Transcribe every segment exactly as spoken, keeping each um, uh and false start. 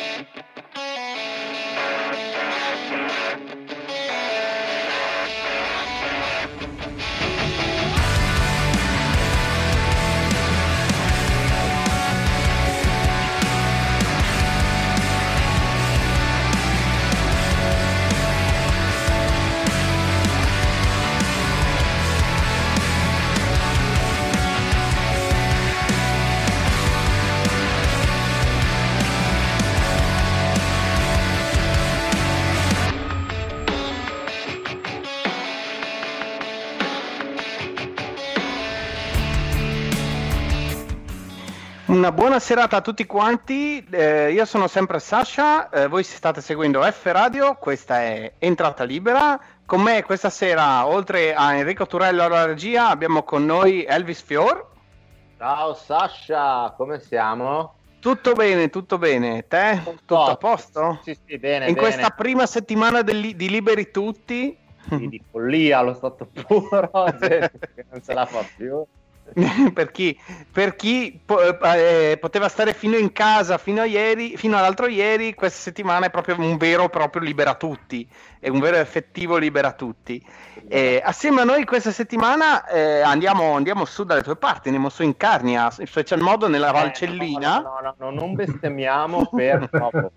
Una buona serata a tutti quanti, eh, io sono sempre Sasha, eh, voi state seguendo F Radio, questa è Entrata Libera. Con me questa sera, oltre a Enrico Turello alla regia, abbiamo con noi Elvis Fior. Ciao Sasha, come siamo? Tutto bene, tutto bene, te? Tutto a posto? Sì, sì, bene, In bene. questa prima settimana del, di Liberi Tutti? Sì, di follia, allo stato puro, gente che non ce la fa più. per chi, per chi po- eh, poteva stare fino in casa fino a ieri, fino all'altro ieri, questa settimana è proprio un vero e proprio libera tutti, è un vero effettivo libera tutti. Eh, assieme a noi questa settimana eh, andiamo, andiamo su dalle tue parti, andiamo su in Carnia, in special modo nella Valcellina. Eh, no, no, no, no, non bestemmiamo per favore,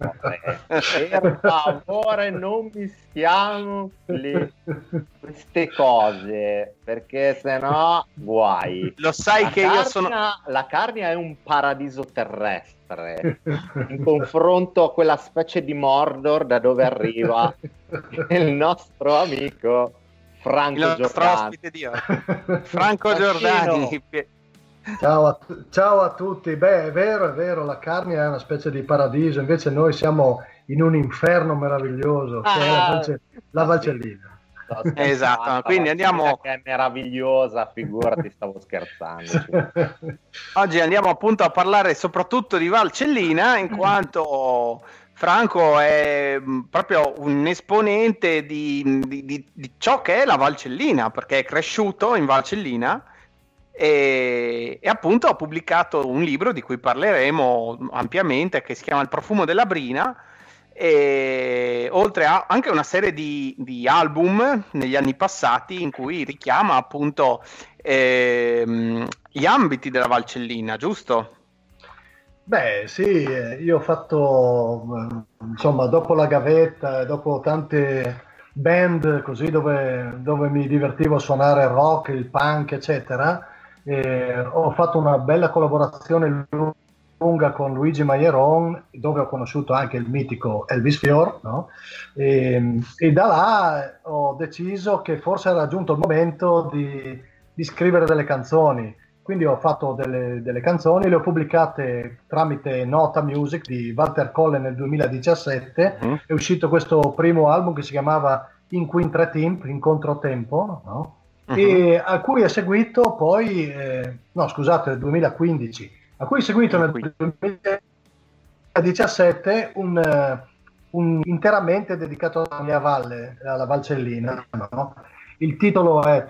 per favore non mischiamo le, queste cose, perché sennò guai. Lo sai la che Carnia, io sono... La Carnia è un paradiso terrestre in confronto a quella specie di Mordor da dove arriva il nostro amico Franco il nostro Giordani. ospite di oggi, Franco Giordani. Ciao a, ciao a tutti. Beh, è vero, è vero, la Carnia è una specie di paradiso, invece noi siamo in un inferno meraviglioso, ah, che è la, Valce, la Valcellina. No, esatto, quindi andiamo, che è meravigliosa, figurati, stavo scherzando. Oggi andiamo appunto a parlare soprattutto di Valcellina, in quanto Franco è proprio un esponente di, di, di, di ciò che è la Valcellina, perché è cresciuto in Valcellina e, e appunto ha pubblicato un libro di cui parleremo ampiamente, che si chiama Il profumo della Brina, e oltre a anche una serie di, di album negli anni passati in cui richiama appunto ehm, gli ambiti della Valcellina, giusto? Beh sì, io ho fatto insomma dopo la gavetta, dopo tante band così dove, dove mi divertivo a suonare il rock, il punk eccetera, eh, ho fatto una bella collaborazione lunga con Luigi Maieron, dove ho conosciuto anche il mitico Elvis Fior, no? e, e da là ho deciso che forse era giunto il momento di, di scrivere delle canzoni, quindi ho fatto delle, delle canzoni, le ho pubblicate tramite Nota Music di Walter Colle nel duemiladiciassette, mm. È uscito questo primo album che si chiamava In Quintre Temp, Incontro Tempo, no? uh-huh. E a cui è seguito poi, eh, no scusate, nel duemilaquindici, a cui è seguito nel duemiladiciassette un, un interamente dedicato alla mia valle, alla Valcellina, no? Il titolo è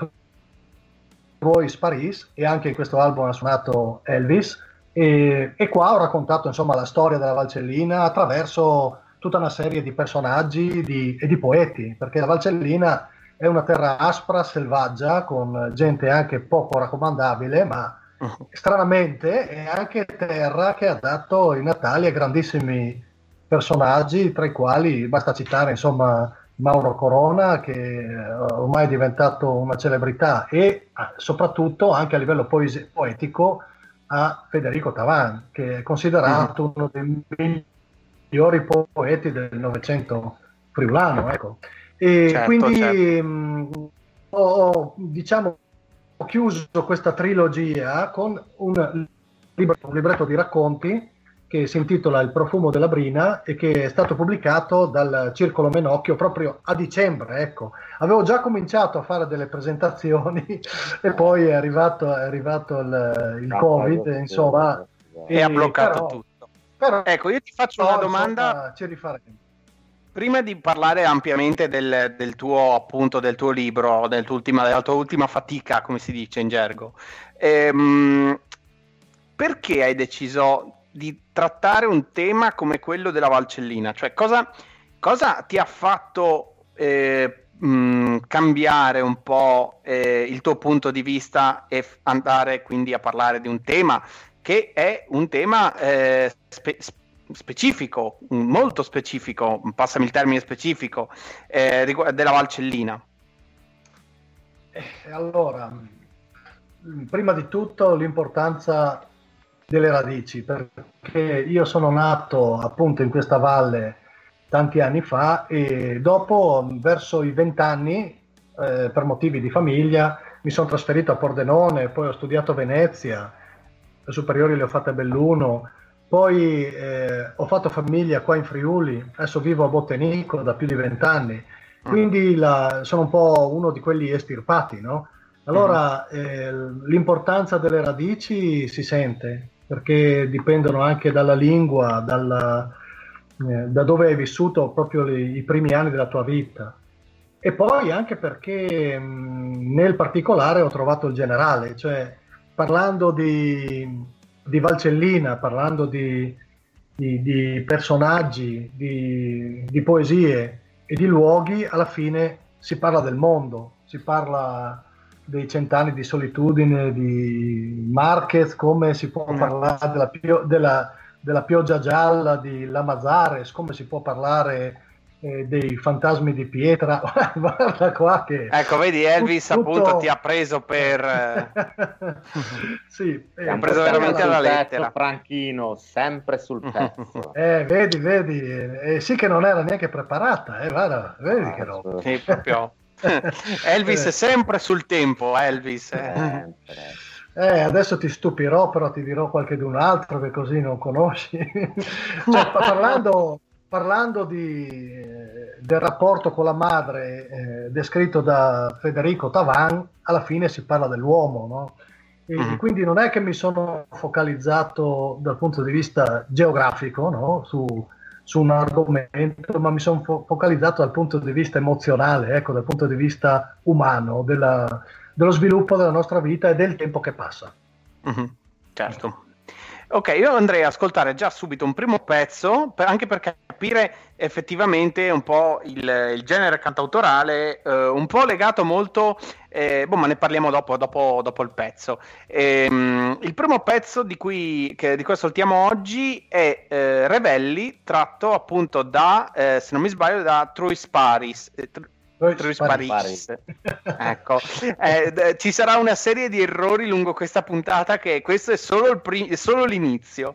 Trois Paris e anche in questo album ha suonato Elvis e, e qua ho raccontato insomma la storia della Valcellina attraverso tutta una serie di personaggi di, e di poeti, perché la Valcellina è una terra aspra, selvaggia, con gente anche poco raccomandabile, ma stranamente è anche terra che ha dato i natali a grandissimi personaggi, tra i quali basta citare insomma Mauro Corona, che ormai è diventato una celebrità, e soprattutto anche a livello poes- poetico a Federico Tavan, che è considerato uno dei migliori poeti del Novecento friulano, ecco. E certo, quindi certo. Mh, ho diciamo ho chiuso questa trilogia con un, libro, un libretto di racconti che si intitola Il profumo della Brina e che è stato pubblicato dal Circolo Menocchio proprio a dicembre, ecco. Avevo già cominciato a fare delle presentazioni e poi è arrivato, è arrivato il, il Covid, insomma, e, e ha bloccato però, tutto. Però, ecco, io ti faccio una domanda. Insomma, ci rifaremo. Prima di parlare ampiamente del, del tuo appunto del tuo libro, del tuo ultima, della tua ultima fatica, come si dice in gergo, ehm, perché hai deciso di trattare un tema come quello della Valcellina? Cioè, cosa, cosa ti ha fatto eh, mh, cambiare un po' eh, il tuo punto di vista e f- andare quindi a parlare di un tema che è un tema eh, spe- specifico, molto specifico, passami il termine specifico, eh, rigu- della Valcellina? Eh, allora, prima di tutto l'importanza delle radici, perché io sono nato appunto in questa valle tanti anni fa e dopo, verso i vent'anni, eh, per motivi di famiglia, mi sono trasferito a Pordenone, poi ho studiato a Venezia, le superiori le ho fatte a Belluno, poi eh, ho fatto famiglia qua in Friuli, adesso vivo a Bottenico da più di vent'anni, quindi la, sono un po' uno di quelli estirpati, no? Allora eh, l'importanza delle radici si sente, perché dipendono anche dalla lingua, dalla, eh, da dove hai vissuto proprio le, i primi anni della tua vita. E poi anche perché mh, nel particolare ho trovato il generale, cioè parlando di, di Valcellina, parlando di, di, di personaggi, di, di poesie e di luoghi, alla fine si parla del mondo, si parla dei cent'anni di solitudine di Marquez, come si può parlare della, pio- della, della pioggia gialla di Lamazares, come si può parlare eh, dei fantasmi di pietra. Guarda qua che ecco, vedi, Elvis tutto... appunto ti ha preso per sì, ti ha preso veramente alla lettera, Franchino, sempre sul pezzo. eh, vedi, vedi, eh, sì che non era neanche preparata, eh, guarda, vedi ah, che roba. Sì, proprio. Elvis è sempre sul tempo, Elvis. Eh. eh, adesso ti stupirò, però ti dirò qualche d'un altro che così non conosci. Cioè, parlando, parlando di, eh, del rapporto con la madre eh, descritto da Federico Tavan, alla fine si parla dell'uomo, no? E mm. quindi non è che mi sono focalizzato dal punto di vista geografico, no? su su un argomento, ma mi sono fo- focalizzato dal punto di vista emozionale, ecco, dal punto di vista umano, della, dello sviluppo della nostra vita e del tempo che passa. Mm-hmm, certo. Ok, io andrei a ascoltare già subito un primo pezzo, per, anche per capire effettivamente un po' il, il genere cantautorale, eh, un po' legato molto, eh, boh, ma ne parliamo dopo, dopo, dopo il pezzo. Ehm, il primo pezzo di cui, che, di cui ascoltiamo oggi è eh, Revelli, tratto appunto da, eh, se non mi sbaglio, da Trois Paris. Eh, Trois Paris. Paris. Ecco, eh, d- ci sarà una serie di errori lungo questa puntata, che questo è solo, il prim- è solo l'inizio.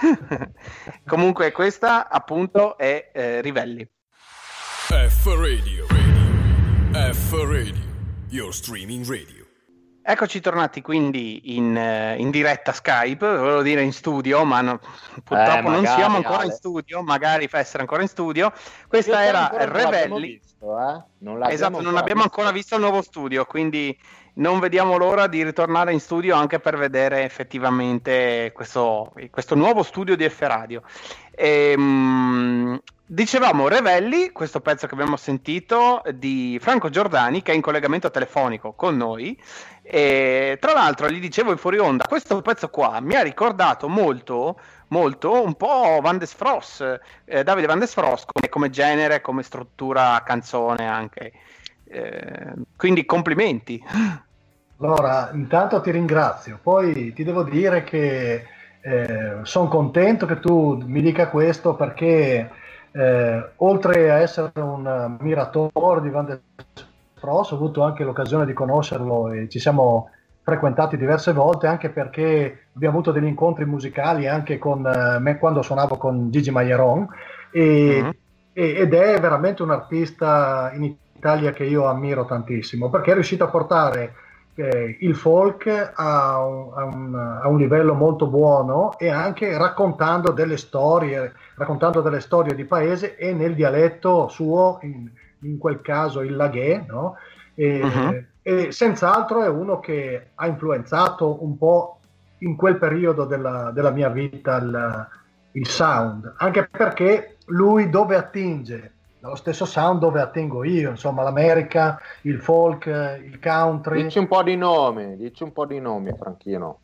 Comunque questa appunto è eh, Rivelli. F Radio, radio, F Radio, your streaming radio. Eccoci tornati quindi in, in diretta Skype, volevo dire in studio, ma no, purtroppo eh, magari, non siamo ancora Ale. in studio, magari fa essere ancora in studio. Questa Io era Revelli. Visto, eh? non esatto, non abbiamo visto. ancora visto il nuovo studio, quindi non vediamo l'ora di ritornare in studio anche per vedere effettivamente questo, questo nuovo studio di F Radio. Ehm, dicevamo Revelli, questo pezzo che abbiamo sentito di Franco Giordani, che è in collegamento telefonico con noi. E tra l'altro gli dicevo in fuori onda, questo pezzo qua mi ha ricordato molto molto un po' Van der Frost, eh, Davide Van der Frost come, come genere, come struttura canzone anche, eh, quindi complimenti. Allora, intanto ti ringrazio, poi ti devo dire che eh, sono contento che tu mi dica questo, perché eh, oltre a essere un ammiratore di Van der Frost, ho avuto anche l'occasione di conoscerlo e ci siamo frequentati diverse volte, anche perché abbiamo avuto degli incontri musicali anche con eh, me quando suonavo con Gigi Maieron e, mm-hmm. e, ed è veramente un artista in Italia che io ammiro tantissimo, perché è riuscito a portare eh, il folk a un, a, un, a un livello molto buono, e anche raccontando delle storie raccontando delle storie di paese e nel dialetto suo, in, in quel caso il laghè, no? E, uh-huh. e senz'altro è uno che ha influenzato un po' in quel periodo della, della mia vita il, il sound, anche perché lui dove attinge dallo stesso sound dove attengo io, insomma l'America, il folk, il country. Dici un po' di nomi, dici un po' di nomi, Franchino.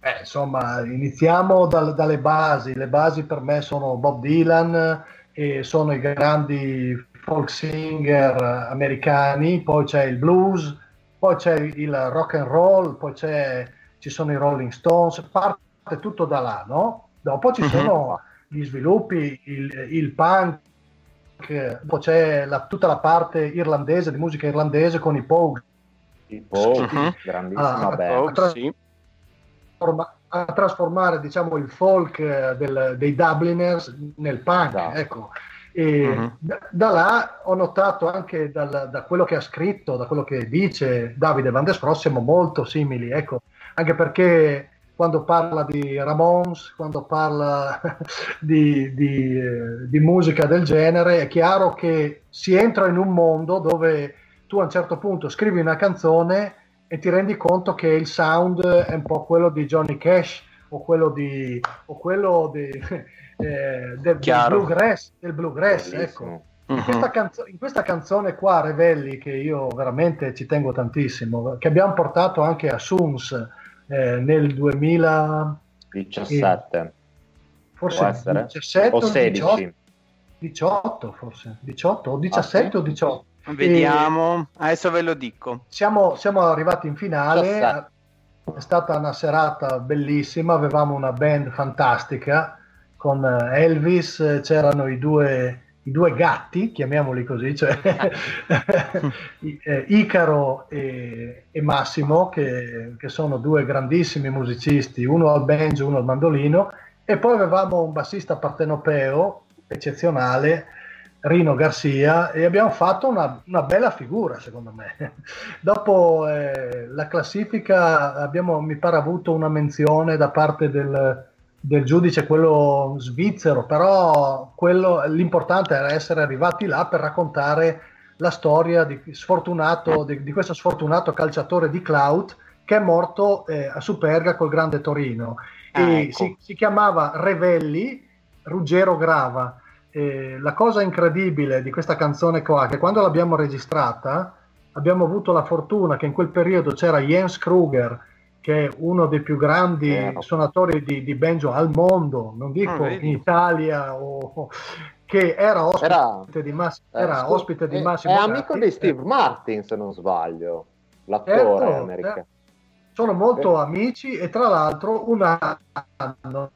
Eh, insomma, iniziamo dal- dalle basi. Le basi per me sono Bob Dylan e sono i grandi folk singer americani, poi c'è il blues, poi c'è il rock and roll, poi c'è, ci sono i Rolling Stones, parte tutto da là, no? Dopo ci sono gli sviluppi, il, il punk, poi c'è la- tutta la parte irlandese, di musica irlandese con i Pogues. I Pogues, Mhm. grandissima Ah, band. Oh, tra- sì. forma- a trasformare, diciamo, il folk eh, del- dei Dubliners nel punk, Esatto. ecco. E Mhm. da, da là ho notato anche dal- da quello che ha scritto, da quello che dice Davide Van der Spross, siamo molto simili, ecco, anche perché quando parla di Ramones, quando parla di, di, eh, di musica del genere, è chiaro che si entra in un mondo dove tu a un certo punto scrivi una canzone e ti rendi conto che il sound è un po' quello di Johnny Cash o quello di o quello di, eh, del, del Chiaro. bluegrass, del bluegrass, ecco. Bellissimo. In questa, canzo- in questa canzone qua, Revelli, che io veramente ci tengo tantissimo, che abbiamo portato anche a Suns eh, nel duemila, diciassette. forse Può essere? diciassette O sedici. diciotto, diciotto forse, diciotto o diciassette Ah, sì? o diciotto. Vediamo, adesso ve lo dico. Siamo, siamo arrivati in finale, diciassette. è stata una serata bellissima, avevamo una band fantastica con eh, Elvis, eh, c'erano i due, i due gatti, chiamiamoli così, cioè i- eh, Icaro e, e Massimo, che, che sono due grandissimi musicisti, uno al banjo, uno al mandolino, e poi avevamo un bassista partenopeo eccezionale, Rino Garcia, e abbiamo fatto una, una bella figura, secondo me. Dopo eh, la classifica abbiamo, mi pare, avuto una menzione da parte del, del giudice, quello svizzero, però quello, l'importante era essere arrivati là per raccontare la storia di, sfortunato, di, di questo sfortunato calciatore di Clout che è morto eh, a Superga col Grande Torino. Ah, E ecco. si, si chiamava Revelli Ruggero Grava. Eh, la cosa incredibile di questa canzone qua è che quando l'abbiamo registrata abbiamo avuto la fortuna che in quel periodo c'era Jens Kruger, che è uno dei più grandi Vero. suonatori di, di banjo al mondo, non dico Ah, vedi. in Italia, o, che era ospite Era, di, Mass- eh, era scu- ospite di è- Massimo è Gatti. amico di Steve Martin, se non sbaglio, l'attore Certo, americano. eh, sono molto Eh. amici, e tra l'altro un anno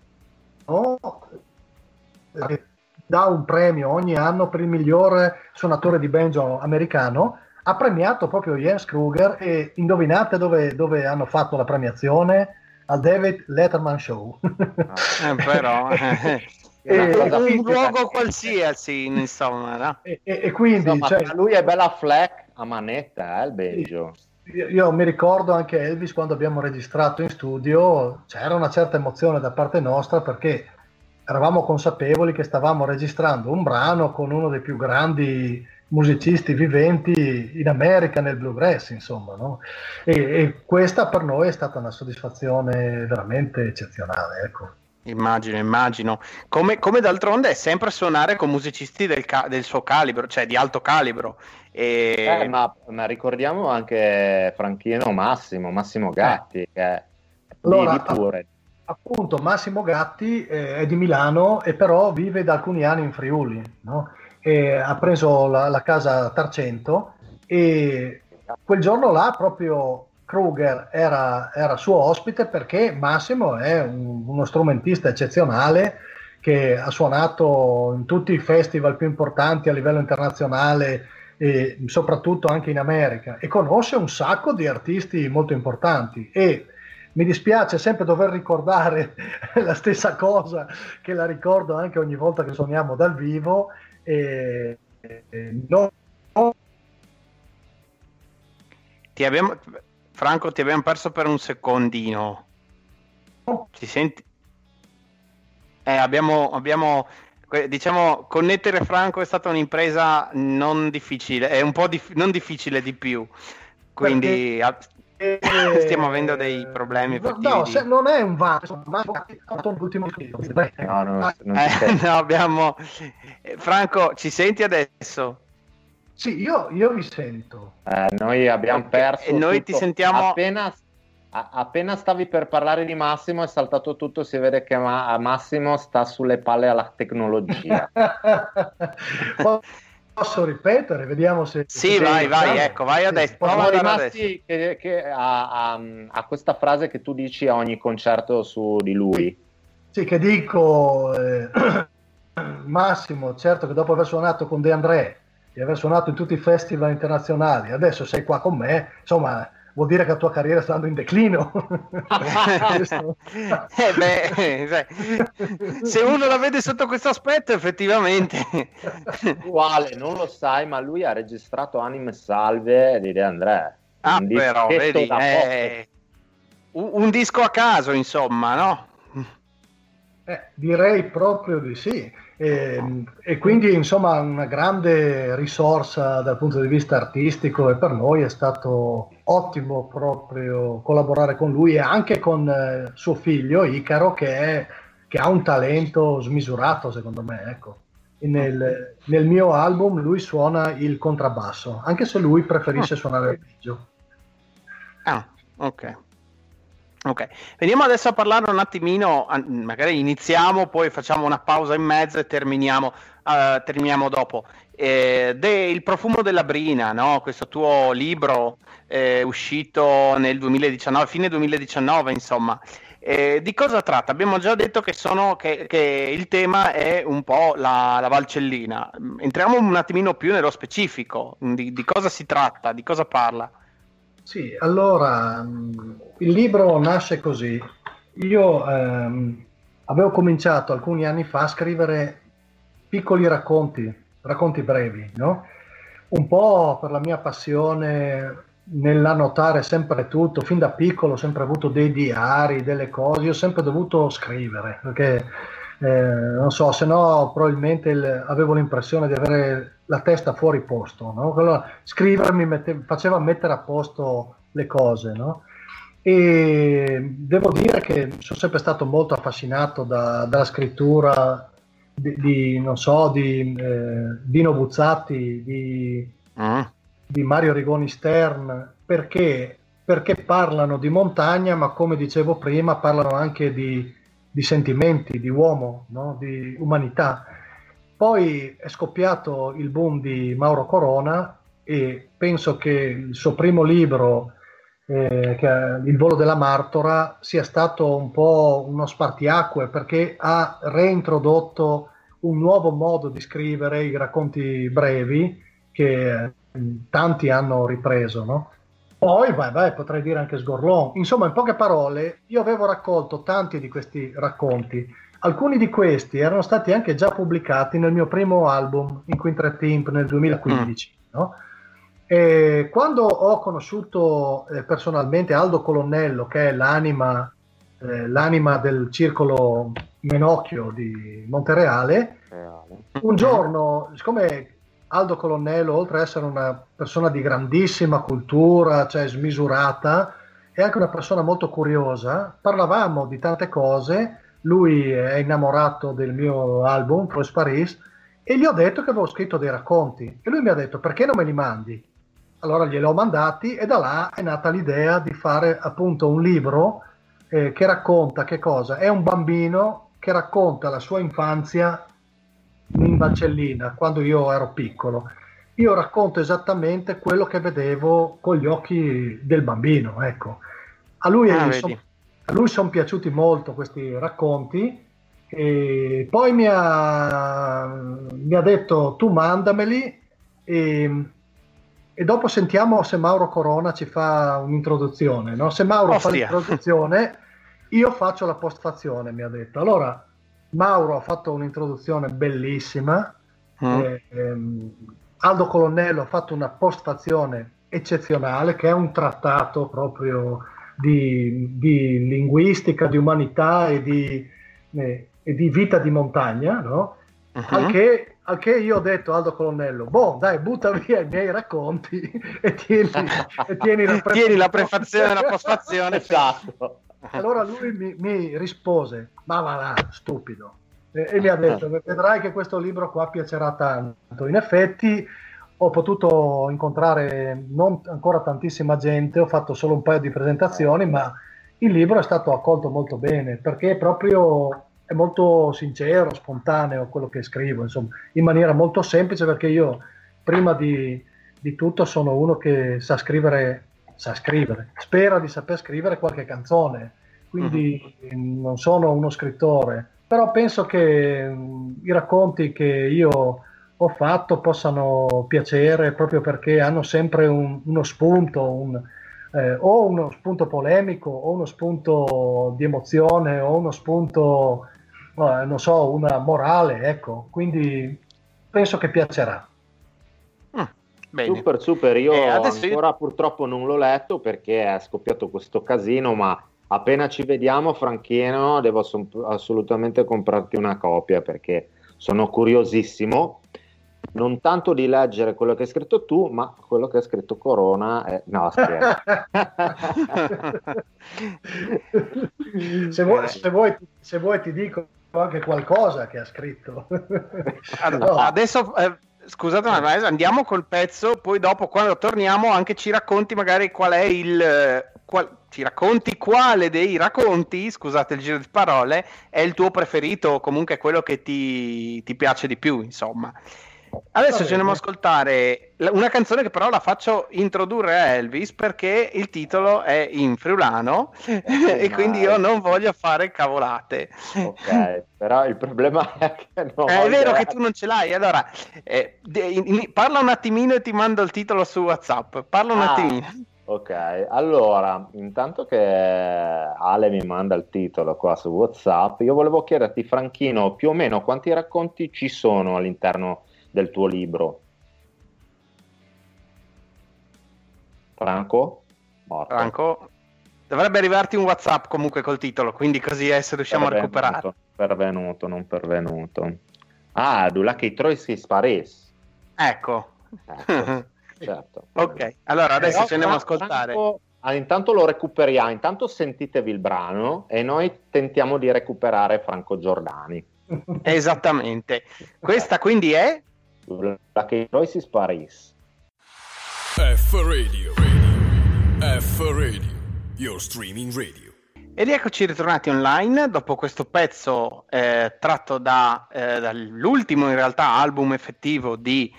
eh, dà un premio ogni anno per il migliore suonatore di banjo americano, ha premiato proprio Jens Kruger, e indovinate dove, dove hanno fatto la premiazione? Al David Letterman Show. Eh, però eh, E- Una cosa un fisica. luogo qualsiasi, insomma, no? e, e- e quindi Insomma, cioè, per lui è bella Fleck a manetta, eh, il banjo. Io, io mi ricordo anche Elvis, quando abbiamo registrato in studio, c'era una certa emozione da parte nostra, perché eravamo consapevoli che stavamo registrando un brano con uno dei più grandi musicisti viventi in America nel bluegrass, insomma, no? E, e questa per noi è stata una soddisfazione veramente eccezionale, ecco. Immagino, immagino. Come, come d'altronde è sempre suonare con musicisti del, ca- del suo calibro, cioè di alto calibro. E... Eh, ma, ma ricordiamo anche Franchino Massimo, Massimo Gatti, che è Allora, di, di pure. Appunto, Massimo Gatti eh, è di Milano, e però vive da alcuni anni in Friuli, no? E ha preso la, la casa a Tarcento, e quel giorno là proprio Kruger era, era suo ospite, perché Massimo è un- uno strumentista eccezionale che ha suonato in tutti i festival più importanti a livello internazionale, e soprattutto anche in America, e conosce un sacco di artisti molto importanti. E mi dispiace sempre dover ricordare la stessa cosa, che la ricordo anche ogni volta che suoniamo dal vivo, e, e no, Ti abbiamo... Franco, ti abbiamo perso per un secondino. Ci senti? Eh, abbiamo, abbiamo, que- diciamo, connettere Franco è stata un'impresa non difficile, è un po' dif- non difficile di più, quindi ah, eh, stiamo avendo dei problemi no, effettivi no, di- se non è un vanto, ma è fatto l'ultimo video. No, non, Ah, non ci Eh, sei. no, abbiamo... eh, Franco, ci senti adesso? sì, io, io vi sento. Eh, noi abbiamo Ok, perso e noi tutto. ti sentiamo- appena, A- appena stavi per parlare di Massimo è saltato tutto, si vede che Ma- Massimo sta sulle palle alla tecnologia. Posso ripetere? Vediamo se... Sì, se vai, vai, diciamo. ecco, vai adesso. Sì, Prova Siamo ad andare adesso. rimasti che, che a, a- a questa frase che tu dici a ogni concerto su di lui. Sì, che dico, eh, Massimo, certo che dopo aver suonato con De André e aver suonato in tutti i festival internazionali, adesso sei qua con me, insomma, vuol dire che la tua carriera sta andando in declino. eh beh, sai, se uno la vede sotto questo aspetto, effettivamente. Uguale, non lo sai, ma lui ha registrato Anime Salve di De André. Ah, Un però, dischetto vedi, da eh, un, un disco a caso, insomma, no? Eh, direi proprio di sì. E, e quindi insomma una grande risorsa dal punto di vista artistico, e per noi è stato ottimo proprio collaborare con lui e anche con eh, suo figlio Icaro, che, è, che ha un talento smisurato secondo me, ecco. E nel, nel mio album lui suona il contrabbasso, anche se lui preferisce suonare il banjo. Ah, ok. Ok, veniamo adesso a parlare un attimino, magari iniziamo, poi facciamo una pausa in mezzo e terminiamo, uh, terminiamo dopo. Eh, de, il profumo della brina, no? Questo tuo libro eh, uscito nel duemiladiciannove, fine duemiladiciannove, insomma. Eh, di cosa tratta? Abbiamo già detto che, sono, che, che il tema è un po' la, la Valcellina. Entriamo un attimino più nello specifico, di, di cosa si tratta, di cosa parla. Sì, allora il libro nasce così. Io ehm, avevo cominciato alcuni anni fa a scrivere piccoli racconti, racconti brevi, no? Un po' per la mia passione nell'annotare sempre tutto, fin da piccolo ho sempre avuto dei diari, delle cose, ho sempre dovuto scrivere, perché eh, non so, se no probabilmente il, avevo l'impressione di avere la testa fuori posto, no? Allora, scrivermi mette, faceva mettere a posto le cose, no? E devo dire che sono sempre stato molto affascinato da, dalla scrittura di, di non so, di eh, Dino Buzzati, di, mm. di Mario Rigoni Stern, perché, perché parlano di montagna, ma come dicevo prima parlano anche di, di sentimenti, di uomo, no? Di umanità. Poi è scoppiato il boom di Mauro Corona e penso che il suo primo libro, eh, che è Il volo della Martora, sia stato un po' uno spartiacque, perché ha reintrodotto un nuovo modo di scrivere i racconti brevi che eh, tanti hanno ripreso, no? Poi, vai, vai, potrei dire anche Sgorlon. Insomma, in poche parole, io avevo raccolto tanti di questi racconti. Alcuni di questi erano stati anche già pubblicati nel mio primo album, In Quintre Timp, nel duemilaquindici. No? E quando ho conosciuto eh, personalmente Aldo Colonnello, che è l'anima, eh, l'anima del circolo Menocchio di Montereale, un giorno, siccome Aldo Colonnello, oltre ad essere una persona di grandissima cultura, cioè smisurata, è anche una persona molto curiosa, parlavamo di tante cose. Lui è innamorato del mio album, Trois Paris, e gli ho detto che avevo scritto dei racconti. E lui mi ha detto, perché non me li mandi? Allora gliel'ho mandati e da là è nata l'idea di fare appunto un libro eh, che racconta che cosa? È un bambino che racconta la sua infanzia in Valcellina, quando io ero piccolo. Io racconto esattamente quello che vedevo con gli occhi del bambino, ecco. A lui ah, è... A lui sono piaciuti molto questi racconti e poi mi ha, mi ha detto tu mandameli e, e dopo sentiamo se Mauro Corona ci fa un'introduzione, no? Se Mauro Ostia. fa l'introduzione io faccio la postfazione, mi ha detto. Allora Mauro ha fatto un'introduzione bellissima, mm. eh, ehm, Aldo Colonnello ha fatto una postfazione eccezionale che è un trattato proprio Di, di linguistica, di umanità e di, eh, e di vita di montagna, no? Uh-huh. Al che, al che io ho detto Aldo Colonnello, boh, dai, butta via i miei racconti e tieni, e tieni, la, pre- tieni la prefazione e la postfazione. Esatto. Allora lui mi, mi rispose, ma va là, stupido, e, e mi ha detto, vedrai che questo libro qua piacerà tanto. In effetti ho potuto incontrare non ancora tantissima gente, ho fatto solo un paio di presentazioni, ma il libro è stato accolto molto bene, perché proprio è molto sincero, spontaneo quello che scrivo, insomma, in maniera molto semplice, perché io prima di, di tutto sono uno che sa scrivere, sa scrivere, spera di saper scrivere qualche canzone, quindi mm-hmm. non sono uno scrittore, però penso che mh, i racconti che io ho fatto possano piacere proprio perché hanno sempre un, uno spunto, un, eh, o uno spunto polemico, o uno spunto di emozione, o uno spunto, eh, non so, una morale, ecco, quindi penso che piacerà. Mm, bene. Super, super, io eh, ancora io... purtroppo non l'ho letto perché è scoppiato questo casino, ma appena ci vediamo, Franchino, devo assolutamente comprarti una copia perché sono curiosissimo. Non tanto di leggere quello che hai scritto tu, ma quello che ha scritto Corona. È... No, scherzo. se, vuoi, se, vuoi, se vuoi ti dico anche qualcosa che ha scritto. Allora, no. Adesso eh, scusate, ma andiamo col pezzo, poi dopo quando torniamo anche ci racconti magari qual è il... Qual, ci racconti quale dei racconti, scusate il giro di parole, è il tuo preferito o comunque quello che ti, ti piace di più, insomma. Adesso ci andiamo ad ascoltare una canzone che però la faccio introdurre a Elvis perché il titolo è in friulano eh, e quindi io non voglio fare cavolate. Ok, però il problema è che non eh, è vero che tu non ce l'hai, allora eh, de, in, parla un attimino e ti mando il titolo su WhatsApp, parla un ah. attimino. Ok, allora, intanto che Ale mi manda il titolo qua su WhatsApp, io volevo chiederti, Franchino, più o meno quanti racconti ci sono all'interno del tuo libro? Franco? Morto. Franco? Dovrebbe arrivarti un WhatsApp comunque col titolo, quindi così adesso riusciamo pervenuto, a recuperare. Pervenuto, non pervenuto. Ah, Dula che Troisi Spares. Ecco. ecco. Certo. Ok, allora adesso Però, ci andiamo ad ascoltare. Franco, ah, intanto lo recuperiamo, intanto sentitevi il brano e noi tentiamo di recuperare Franco Giordani. Esattamente. Questa quindi è La che poi si sparis. F Radio, radio. F Radio, your streaming radio. E rieccoci ritornati online dopo questo pezzo eh, tratto da, eh, dall'ultimo in realtà album effettivo di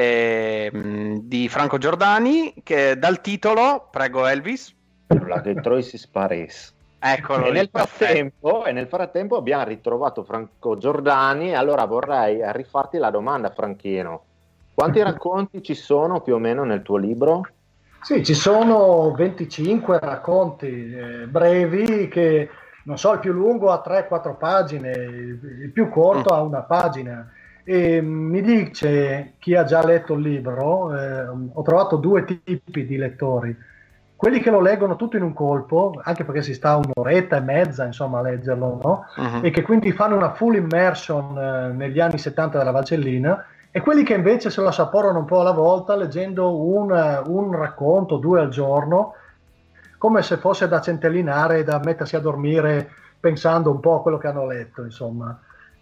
Eh, di Franco Giordani, che dal titolo, prego Elvis. La che Troisi Spares. Eccolo. E nel, frattempo, e nel frattempo abbiamo ritrovato Franco Giordani e allora vorrei rifarti la domanda, Franchino. Quanti racconti ci sono più o meno nel tuo libro? Sì, ci sono venticinque racconti eh, brevi che, non so, il più lungo ha tre quattro pagine, il più corto mm. ha una pagina. E mi dice chi ha già letto il libro, eh, ho trovato due tipi di lettori, quelli che lo leggono tutto in un colpo, anche perché si sta un'oretta e mezza insomma a leggerlo, no? Uh-huh. E che quindi fanno una full immersion eh, negli anni settanta della Valcellina, e quelli che invece se lo assaporano un po' alla volta leggendo un, un racconto, due al giorno, come se fosse da centellinare e da mettersi a dormire pensando un po' a quello che hanno letto, insomma.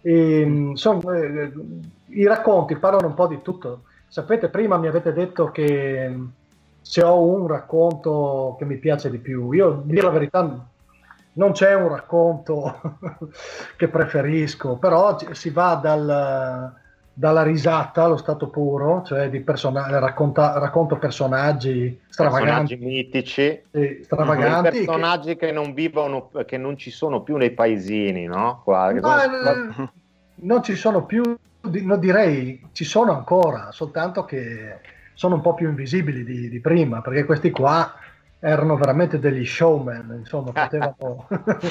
E, son, eh, i racconti parlano un po' di tutto. Sapete, prima mi avete detto che se ho un racconto che mi piace di più, io, a dire la verità, non c'è un racconto che preferisco, però si va dal, dalla risata allo stato puro, cioè di persona- racconta- racconto personaggi stravaganti, personaggi mitici, eh, stravaganti, mm-hmm. personaggi che... che non vivono, che non ci sono più nei paesini, no? Qua, no sono... eh, non ci sono più, non direi, ci sono ancora, soltanto che sono un po' più invisibili di, di prima, perché questi qua erano veramente degli showman, insomma, potevano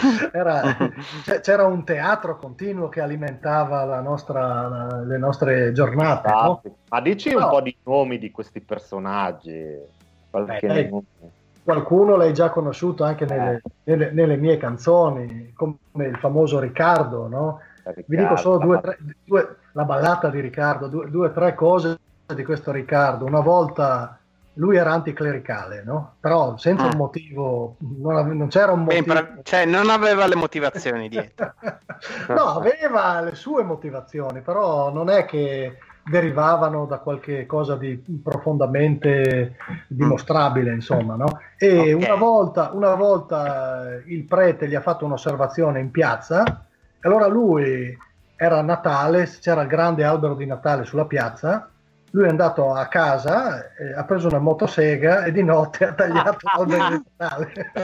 era, c'era un teatro continuo che alimentava la nostra, la, le nostre giornate, no? Ma dici no. un po' di nomi di questi personaggi. Qualche Beh, nome. Qualcuno l'hai già conosciuto anche nelle, eh. nelle, nelle mie canzoni, come il famoso Riccardo, no? Riccardo. Vi dico solo due, tre, due, la ballata di Riccardo, due o tre cose di questo Riccardo. Una volta lui era anticlericale, no? Però senza ah. un motivo, non, non c'era un motivo. Beh, cioè non aveva le motivazioni dietro. No, aveva le sue motivazioni, però non è che derivavano da qualche cosa di profondamente dimostrabile, insomma, no? E Okay. una volta, una volta eh, il prete gli ha fatto un'osservazione in piazza, e allora lui, era Natale, c'era il grande albero di Natale sulla piazza, lui è andato a casa, eh, ha preso una motosega e di notte ha tagliato l'albero di Natale.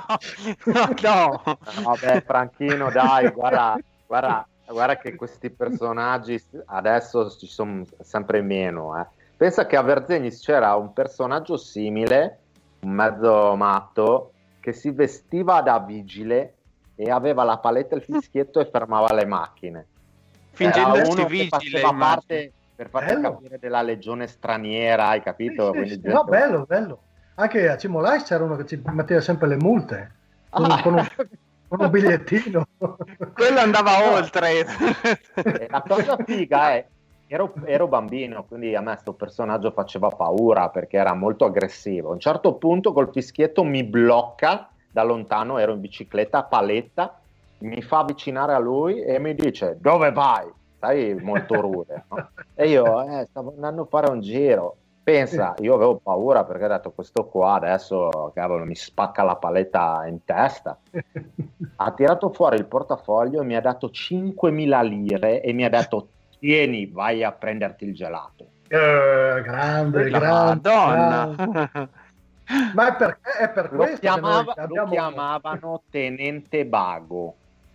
No. Vabbè, Franchino, dai, guarda, guarda, guarda che questi personaggi adesso ci sono sempre meno. Eh. Pensa che a Verzenis c'era un personaggio simile, un mezzo matto, che si vestiva da vigile e aveva la paletta e il fischietto e fermava le macchine. Fingendo Era di uno che vigile, faceva immagino. parte, per farti Bello. capire, della legione straniera, hai capito? Sì, Quindi sì, sì. gente- No, bello, bello. Anche a Cimolais c'era uno che ci metteva sempre le multe con, Ah. con un, con un bigliettino. Quello andava No. oltre. E la cosa figa è, ero, ero bambino, quindi a me sto personaggio faceva paura perché era molto aggressivo. A un certo punto col fischietto mi blocca da lontano, ero in bicicletta, paletta, mi fa avvicinare a lui e mi dice: dove vai? Sai, molto rude, no? E io eh, stavo andando a fare un giro. Pensa, io avevo paura perché ho detto: questo qua adesso, cavolo, mi spacca la paletta in testa. Ha tirato fuori il portafoglio e mi ha dato cinquemila lire e mi ha detto: tieni, vai a prenderti il gelato. Eh, grande, La grande, Madonna. grande. Ma è per, è per Lo, questo chiamava- che noi lo abbiamo... chiamavano Tenente Bago.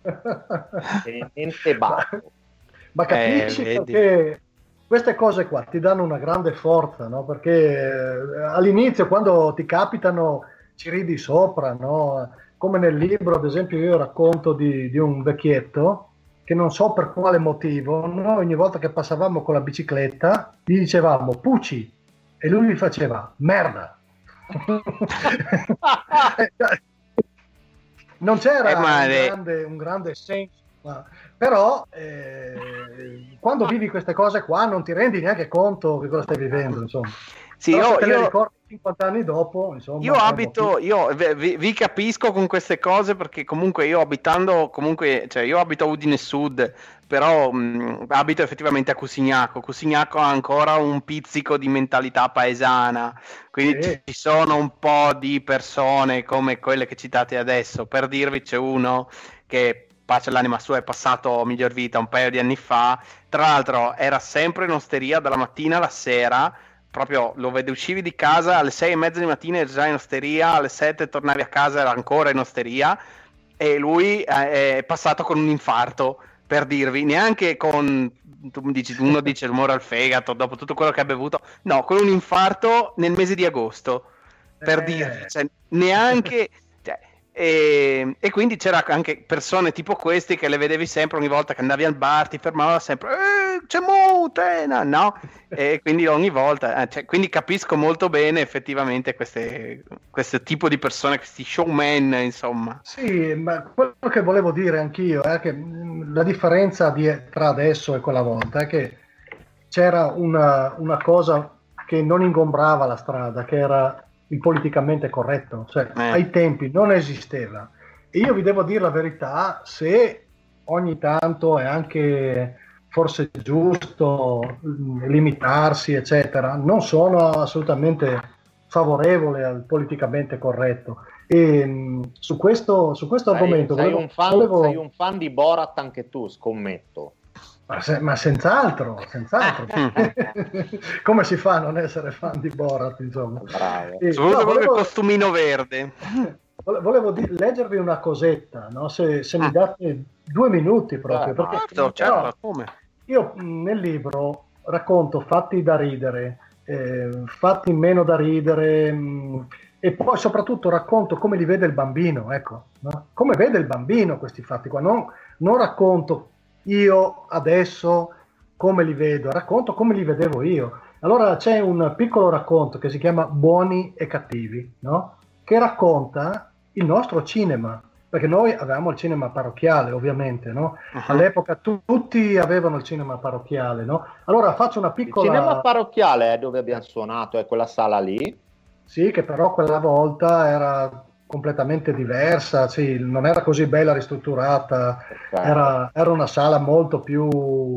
Tenente Bago. Ma capisci Eh, vedi. perché queste cose qua ti danno una grande forza, no? Perché eh, all'inizio, quando ti capitano, ci ridi sopra, no? Come nel libro, ad esempio, io racconto di, di un vecchietto che non so per quale motivo, noi ogni volta che passavamo con la bicicletta gli dicevamo Pucci e lui mi faceva merda. Non c'era Eh, ma un, le- grande, un grande senso, ma- però eh, quando vivi queste cose qua non ti rendi neanche conto che cosa stai vivendo, insomma. Sì, Però io, se te le io- ricordi cinquanta anni dopo, insomma, io è un abito, motivo. io vi, vi capisco con queste cose perché comunque io abitando, comunque, cioè io abito a Udine Sud, però mh, abito effettivamente a Cusignacco. Cusignacco ha ancora un pizzico di mentalità paesana, quindi Sì. ci sono un po' di persone come quelle che citate adesso. Per dirvi, c'è uno che, pace all'anima sua, è passato a miglior vita un paio di anni fa. Tra l'altro era sempre in osteria dalla mattina alla sera, proprio lo vede, uscivi di casa alle sei e mezza di mattina, eri già in osteria, alle sette tornavi a casa, era ancora in osteria, e lui eh, è passato con un infarto, per dirvi, neanche con, tu mi dici, uno dice l'umore al fegato dopo tutto quello che ha bevuto, no, con un infarto nel mese di agosto, per Eh. dirvi, cioè, neanche... cioè, e, e quindi c'era anche persone tipo questi che le vedevi sempre ogni volta che andavi al bar, ti fermavano sempre, eh, c'è Mutena, no? E quindi ogni volta, eh, cioè, quindi capisco molto bene effettivamente queste, questo tipo di persone, questi showman, insomma. Sì, ma quello che volevo dire anch'io è che mh, la differenza di, tra adesso e quella volta è che c'era una, una cosa che non ingombrava la strada, che era il politicamente corretto, cioè Eh. ai tempi non esisteva. E io vi devo dire la verità, se ogni tanto è anche forse giusto mh, limitarsi, eccetera, non sono assolutamente favorevole al politicamente corretto. E mh, su questo, su questo Sei, argomento sei volevo- un fan, volevo- sei un fan di Borat anche tu, scommetto. Ma, se- ma senz'altro, senz'altro. Come si fa a non essere fan di Borat, insomma? Bravo. E, Soprattutto no, proprio il volevo- costumino verde. Vole- Volevo di- leggervi una cosetta, no? se, se mi Ah. date due minuti proprio, Eh, perché Certo, certo, no, come? io mh, nel libro racconto fatti da ridere, eh, fatti meno da ridere, mh, e poi soprattutto racconto come li vede il bambino, ecco, no? Come vede il bambino questi fatti qua, non, non racconto io adesso come li vedo, racconto come li vedevo io. Allora c'è un piccolo racconto che si chiama Buoni e Cattivi, no? Che racconta il nostro cinema, perché noi avevamo il cinema parrocchiale, ovviamente, no? Uh-huh. All'epoca tu- tutti avevano il cinema parrocchiale, no? Allora faccio una Il piccola... cinema parrocchiale è dove abbiamo suonato, è quella sala lì. Sì, che però quella volta era completamente diversa, sì, non era così bella ristrutturata, Ok. era, era una sala molto più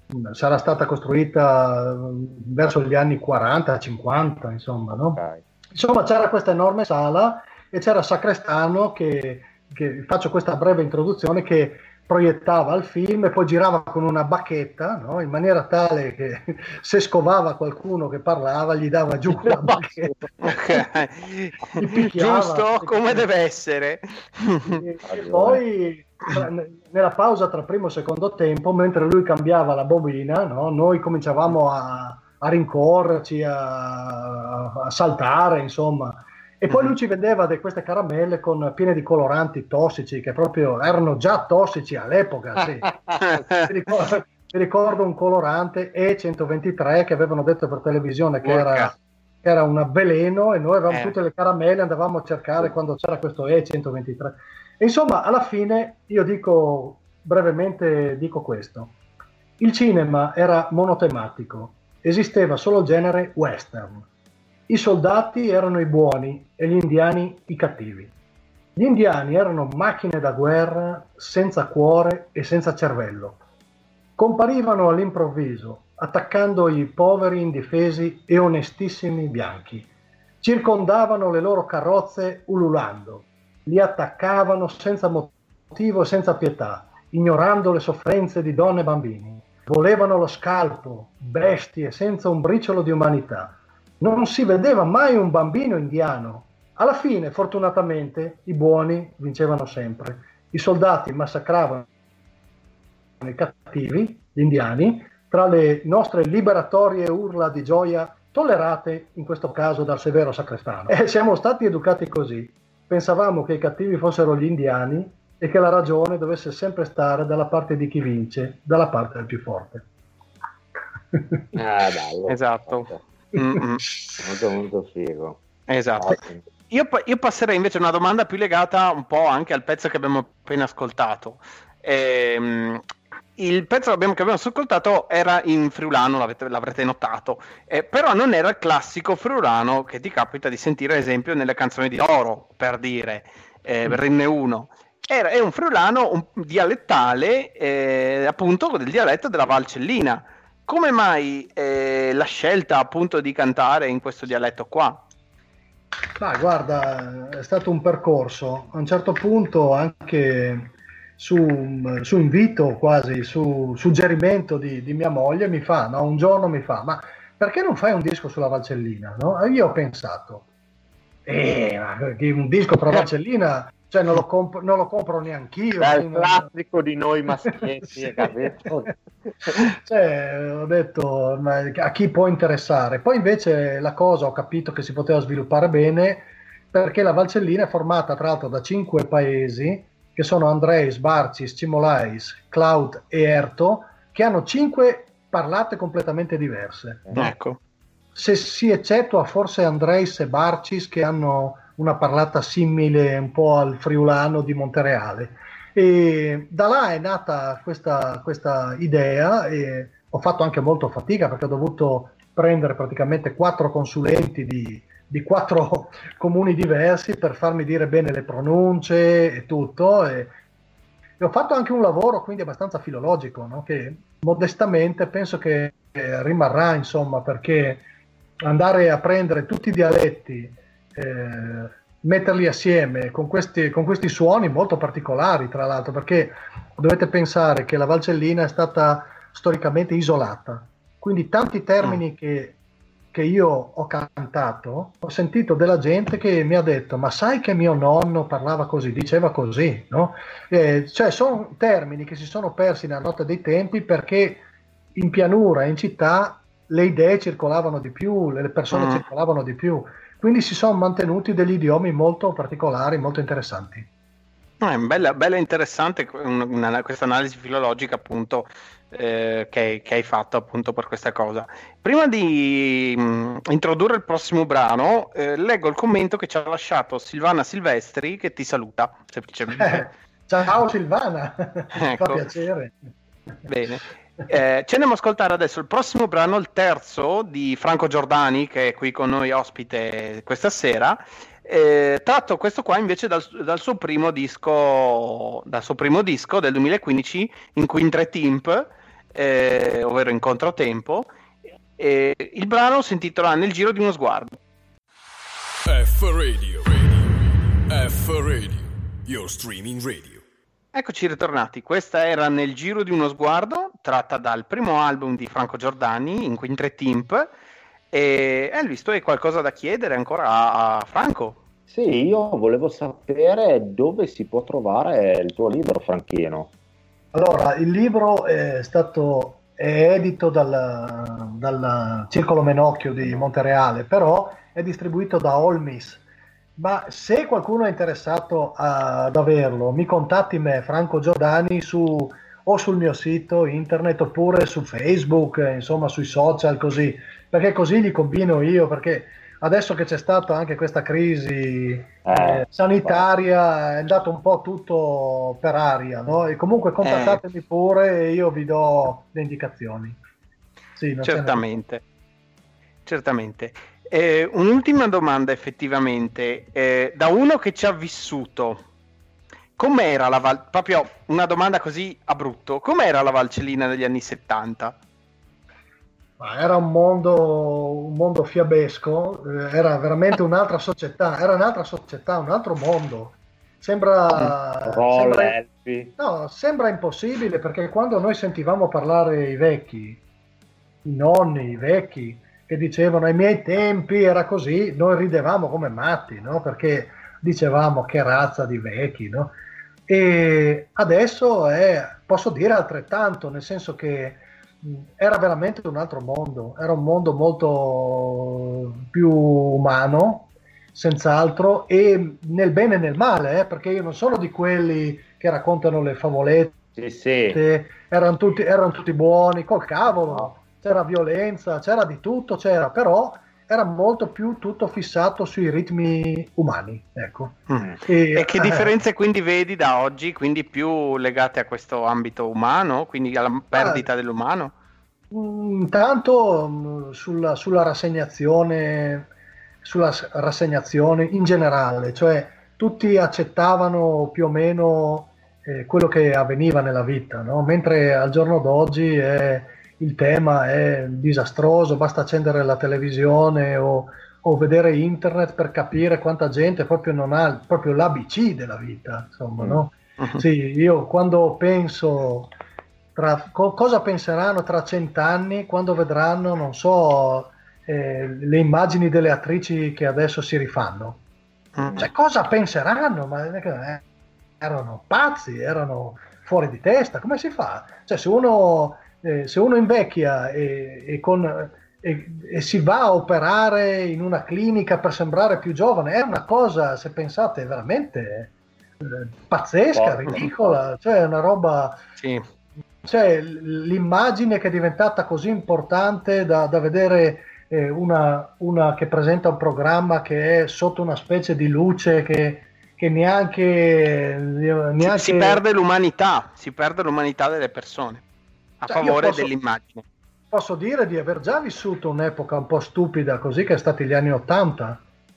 sarà stata costruita verso gli anni quaranta cinquanta, insomma, no? Okay. Insomma, c'era questa enorme sala e c'era Sacrestano che, che faccio questa breve introduzione, che proiettava il film e poi girava con una bacchetta, no? In maniera tale che se scovava qualcuno che parlava gli dava giù la bacchetta. Okay. Gli picchiava. Giusto come deve essere. E, e poi nella pausa tra primo e secondo tempo, mentre lui cambiava la bobina, no? Noi cominciavamo a, a rincorrerci, a, a saltare, insomma. E poi lui ci vendeva de queste caramelle con piene di coloranti tossici, che proprio erano già tossici all'epoca, sì. mi, ricordo, mi ricordo un colorante E centoventitré che avevano detto per televisione che era, che era un veleno, e noi avevamo eh. tutte le caramelle, andavamo a cercare quando c'era questo E centoventitré. E insomma, alla fine, io dico brevemente, dico questo. Il cinema era monotematico, esisteva solo il genere western. I soldati erano i buoni e gli indiani i cattivi. Gli indiani erano macchine da guerra senza cuore e senza cervello. Comparivano all'improvviso, attaccando i poveri, indifesi e onestissimi bianchi. Circondavano le loro carrozze ululando. Li attaccavano senza motivo e senza pietà, ignorando le sofferenze di donne e bambini. Volevano lo scalpo, bestie senza un briciolo di umanità. Non si vedeva mai un bambino indiano. Alla fine, fortunatamente, i buoni vincevano sempre. I soldati massacravano i cattivi, gli indiani, tra le nostre liberatorie urla di gioia tollerate in questo caso dal severo Sacrestano. E siamo stati educati così. Pensavamo che i cattivi fossero gli indiani e che la ragione dovesse sempre stare dalla parte di chi vince, dalla parte del più forte. Ah, bello. Esatto. Molto molto figo. Esatto. Io, io passerei invece a una domanda più legata un po' anche al pezzo che abbiamo appena ascoltato. Ehm, il pezzo che abbiamo, che abbiamo ascoltato era in friulano, l'avete, l'avrete notato, eh, però non era il classico friulano che ti capita di sentire ad esempio nelle canzoni di Oro, per dire, eh, Rinne uno. Era, è un friulano un dialettale, eh, appunto del dialetto della Valcellina. Come mai eh, la scelta appunto di cantare in questo dialetto qua? Ma guarda, è stato un percorso. A un certo punto, anche su, su invito, quasi su suggerimento di, di mia moglie, mi fa, no? Un giorno mi fa, ma perché non fai un disco sulla Valcellina? No? E io ho pensato, eh, un disco per la Valcellina, cioè non lo, comp- non lo compro neanch'io. È il classico di noi maschietti, capito? Cioè, ho detto, ma a chi può interessare? Poi invece la cosa ho capito che si poteva sviluppare bene, perché la Valcellina è formata tra l'altro da cinque paesi, che sono Andreis, Barcis, Cimolais, Cloud e Erto, che hanno cinque parlate completamente diverse. Ecco. Se si eccettua forse Andreis e Barcis, che hanno una parlata simile un po' al friulano di Montereale. E da là è nata questa, questa idea, e ho fatto anche molto fatica perché ho dovuto prendere praticamente quattro consulenti di, di quattro comuni diversi per farmi dire bene le pronunce e tutto, e, e ho fatto anche un lavoro quindi abbastanza filologico, no? Che modestamente penso che rimarrà, insomma, perché andare a prendere tutti i dialetti, eh, metterli assieme con questi, con questi suoni molto particolari, tra l'altro, perché dovete pensare che la Valcellina è stata storicamente isolata, quindi tanti termini mm. che, che io ho cantato, ho sentito della gente che mi ha detto, ma sai che mio nonno parlava così, diceva così, no? Eh, cioè sono termini che si sono persi nella notte dei tempi, perché in pianura, in città, le idee circolavano di più, le persone mm. circolavano di più, quindi si sono mantenuti degli idiomi molto particolari, molto interessanti. È bella, bella interessante una, questa analisi filologica, appunto, eh, che, che hai fatto appunto per questa cosa. Prima di mh, introdurre il prossimo brano, eh, leggo il commento che ci ha lasciato Silvana Silvestri, che ti saluta semplicemente. Eh, ciao Silvana, ecco. Fa piacere. Bene. Eh, ci andiamo a ascoltare adesso il prossimo brano, il terzo di Franco Giordani, che è qui con noi ospite questa sera, eh, tratto questo qua invece dal, dal suo primo disco dal suo primo disco del duemilaquindici, in Quintre Timp, eh, ovvero in controtempo. Eh, il brano si intitola Nel giro di uno sguardo. F Radio, Radio. F Radio, your streaming radio. Eccoci ritornati, questa era Nel giro di uno sguardo, tratta dal primo album di Franco Giordani, in Quintre Timp. E Elvis, tu hai qualcosa da chiedere ancora a, a Franco? Sì, io volevo sapere dove si può trovare il tuo libro, Franchino. Allora, il libro è stato è edito dal, dal Circolo Menocchio di Montereale, però è distribuito da Olmis. Ma se qualcuno è interessato ad averlo, mi contatti me, Franco Giordani, su, o sul mio sito internet oppure su Facebook, insomma sui social, così, perché così gli combino io, perché adesso che c'è stata anche questa crisi eh, eh, sanitaria è andato un po' tutto per aria, no? E comunque contattatemi eh. pure e io vi do le indicazioni. Sì, non certamente, certamente. Eh, un'ultima domanda effettivamente, eh, da uno che ci ha vissuto, com'era la Val... proprio una domanda così a brutto, com'era la Valcellina negli anni settanta? Era un mondo, un mondo fiabesco, eh, era veramente un'altra società, era un'altra società, un altro mondo. Sembra, sembra, no, sembra impossibile, perché quando noi sentivamo parlare i vecchi, i nonni, i vecchi, che dicevano ai miei tempi era così, noi ridevamo come matti, no? Perché dicevamo che razza di vecchi, no? E adesso è, posso dire altrettanto, nel senso che era veramente un altro mondo, era un mondo molto più umano, senz'altro, e nel bene e nel male, eh, perché io non sono di quelli che raccontano le favolette, sì, sì. Erano, tutti, erano tutti buoni, col cavolo, no. C'era violenza, c'era di tutto, c'era, però era molto più tutto fissato sui ritmi umani, ecco. Mm. E, e che eh, differenze quindi vedi da oggi, quindi più legate a questo ambito umano, quindi alla perdita eh, dell'umano? Intanto sulla, sulla rassegnazione, sulla rassegnazione in generale, cioè tutti accettavano più o meno eh, quello che avveniva nella vita, no? Mentre al giorno d'oggi è il tema è disastroso, basta accendere la televisione o, o vedere internet per capire quanta gente proprio non ha proprio l'A B C della vita, insomma, no? Uh-huh. Sì, io quando penso tra, co- cosa penseranno tra cent'anni quando vedranno, non so, eh, le immagini delle attrici che adesso si rifanno, uh-huh. Cioè cosa penseranno? Ma eh, erano pazzi, erano fuori di testa, come si fa? Cioè se uno Eh, se uno invecchia e, e, con, e, e si va a operare in una clinica per sembrare più giovane, è una cosa, se pensate, veramente eh, pazzesca, ridicola, cioè è una roba, sì. Cioè l'immagine che è diventata così importante da, da vedere eh, una, una che presenta un programma che è sotto una specie di luce che, che neanche, neanche... Si, si perde l'umanità, si perde l'umanità delle persone a cioè, favore posso, dell'immagine. Posso dire di aver già vissuto un'epoca un po' stupida così, che è stati gli anni ottanta.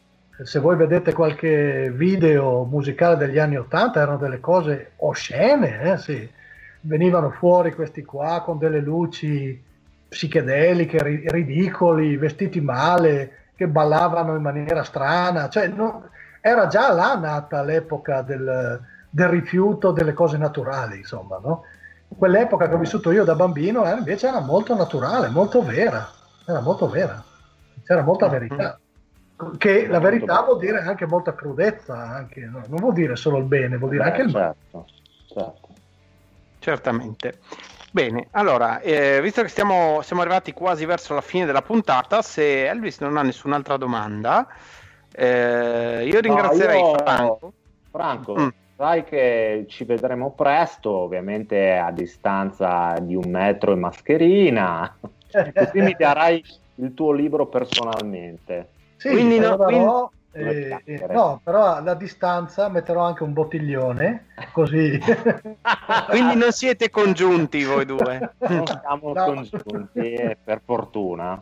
Se voi vedete qualche video musicale degli anni ottanta, erano delle cose oscene, eh? Sì. Venivano fuori questi qua con delle luci psichedeliche, ri- ridicoli, vestiti male, che ballavano in maniera strana, cioè no, era già là nata l'epoca del, del rifiuto delle cose naturali, insomma, no? Quell'epoca che ho vissuto io da bambino eh, invece era molto naturale, molto vera, era molto vera, c'era molta verità, che la verità vuol dire anche molta crudezza, anche, no? Non vuol dire solo il bene, vuol dire eh, anche il male. Certo, certo. Certamente. Bene, allora, eh, visto che stiamo, siamo arrivati quasi verso la fine della puntata, se Elvis non ha nessun'altra domanda, eh, io ringrazierei no, io... Franco. Franco. Mm. Sai che ci vedremo presto, ovviamente a distanza di un metro in mascherina, così mi darai il tuo libro personalmente. Sì, quindi no, quindi... Eh, eh, no, però alla distanza metterò anche un bottiglione, così. Quindi non siete congiunti voi due? Non siamo no. congiunti, eh, per fortuna.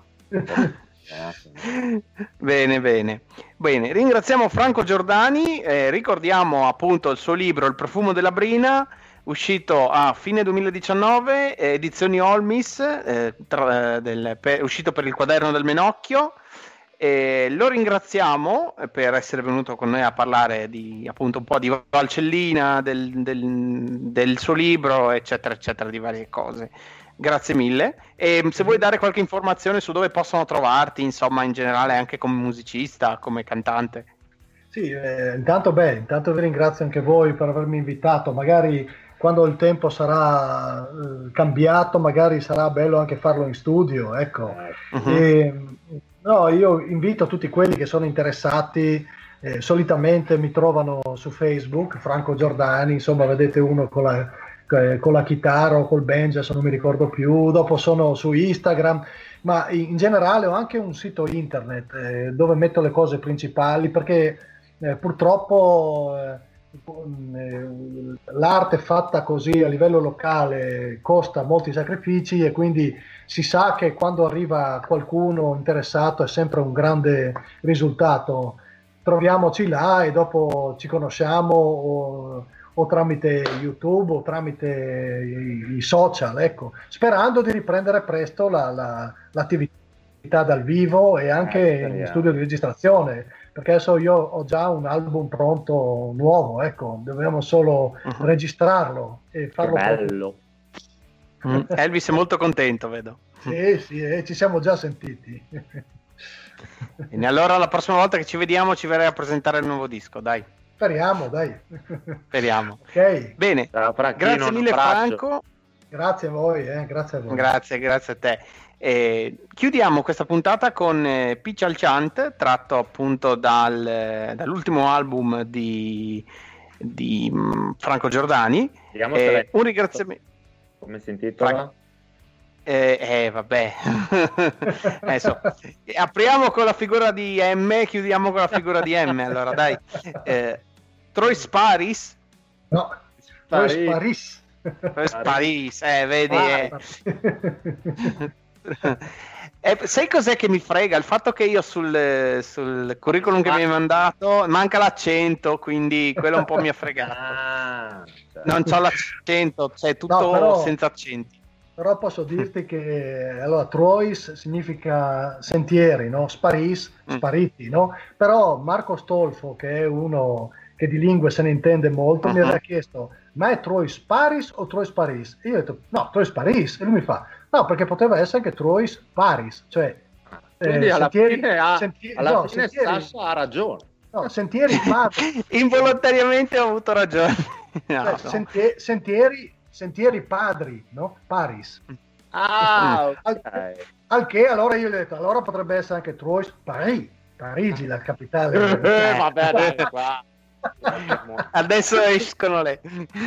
Bene, bene, bene. Ringraziamo Franco Giordani, eh, ricordiamo appunto il suo libro Il profumo della brina, uscito a fine duemiladiciannove, eh, edizioni Olmis, eh, tra, del, per, uscito per il quaderno del Menocchio. E lo ringraziamo per essere venuto con noi a parlare di appunto un po' di Valcellina, del, del, del suo libro, eccetera, eccetera, di varie cose. Grazie mille. E se vuoi dare qualche informazione su dove possono trovarti, insomma, in generale, anche come musicista, come cantante. Sì, eh, intanto beh, intanto vi ringrazio anche voi per avermi invitato. Magari quando il tempo sarà eh, cambiato, magari sarà bello anche farlo in studio, ecco. Uh-huh. E, no, io invito tutti quelli che sono interessati, eh, solitamente mi trovano su Facebook, Franco Giordani, insomma vedete uno con la, eh, con la chitarra o col banjo, adesso non mi ricordo più, dopo sono su Instagram, ma in generale ho anche un sito internet eh, dove metto le cose principali, perché eh, purtroppo eh, l'arte fatta così a livello locale costa molti sacrifici, e quindi si sa che quando arriva qualcuno interessato è sempre un grande risultato. Troviamoci là e dopo ci conosciamo o, o tramite YouTube o tramite i, i social, ecco, sperando di riprendere presto la, la, l'attività dal vivo e anche eh, in studio di registrazione, perché adesso io ho già un album pronto nuovo, ecco, dobbiamo solo uh-huh. registrarlo e farlo. Che bello. Mm. Elvis è molto contento, vedo. Sì, sì, eh, ci siamo già sentiti. Bene, allora la prossima volta che ci vediamo ci verrai a presentare il nuovo disco, dai. Speriamo, dai. Speriamo. Ok. Bene, grazie mille Franco. Grazie a voi, eh, grazie a voi. Grazie, grazie a te. Eh, chiudiamo questa puntata con eh, Pichal Chant, tratto appunto dal, eh, dall'ultimo album di, di um, Franco Giordani. Eh, un ringraziamento. Come si intitola? Fra... Eh, eh, vabbè. Adesso, apriamo con la figura di M e chiudiamo con la figura di M. Allora, dai. Eh, Troy Sparis? No, Troy Sparis. Troy Sparis, eh, vedi. Eh. Eh, sai cos'è che mi frega? Il fatto che io sul, sul curriculum che mi hai mandato manca l'accento, quindi quello un po' mi ha fregato. Ah, certo. Non c'ho l'accento, cioè tutto no, però, senza accenti. Però posso dirti che allora Trois significa sentieri, no? Sparis, spariti, no? Però Marco Stolfo, che è uno che di lingue se ne intende molto, uh-huh. mi aveva chiesto: ma è Trois Paris o Trois Paris? E io ho detto no, Trois Paris, e lui mi fa no, perché poteva essere anche Trois Paris, cioè quindi eh, alla sentieri, fine, ha, sentieri, alla no, fine sentieri, Sasha ha ragione. No, sentieri padri. Involontariamente ho avuto ragione. No, cioè, no. Sentie, sentieri, sentieri padri, no? Paris. Ah, ok. Al, al che allora io gli ho detto, allora potrebbe essere anche Trois Paris, Parigi, la capitale. eh, vabbè, dai, qua. Adesso escono le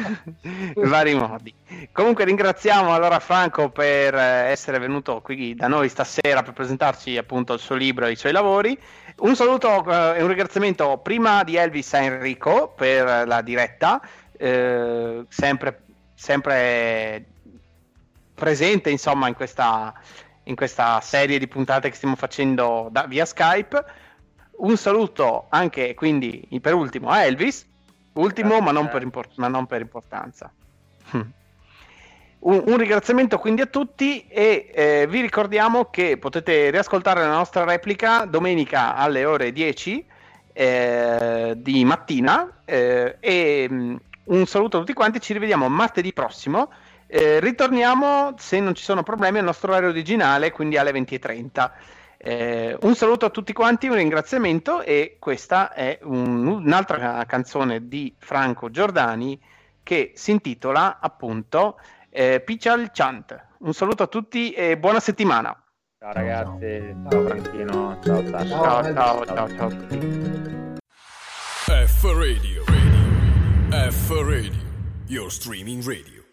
vari modi. Comunque ringraziamo allora Franco per essere venuto qui da noi stasera per presentarci appunto il suo libro e i suoi lavori. Un saluto e un ringraziamento prima di Elvis a Enrico per la diretta, eh, sempre, sempre presente insomma in questa, in questa serie di puntate che stiamo facendo da, via Skype. Un saluto anche quindi per ultimo a Elvis, ultimo ma non per, import- ma non per importanza. un, un ringraziamento quindi a tutti e eh, vi ricordiamo che potete riascoltare la nostra replica domenica alle ore dieci eh, di mattina eh, e um, un saluto a tutti quanti, ci rivediamo martedì prossimo, eh, ritorniamo se non ci sono problemi al nostro orario originale, quindi alle venti e trenta. Eh, un saluto a tutti quanti, un ringraziamento, e questa è un, un'altra canzone di Franco Giordani che si intitola appunto eh, Pichal Chant. Un saluto a tutti e buona settimana. Ciao ragazzi, ciao Franchino, ciao Sasha. Ciao ciao ciao ciao a tutti. F Radio, Radio. F Radio, your streaming radio.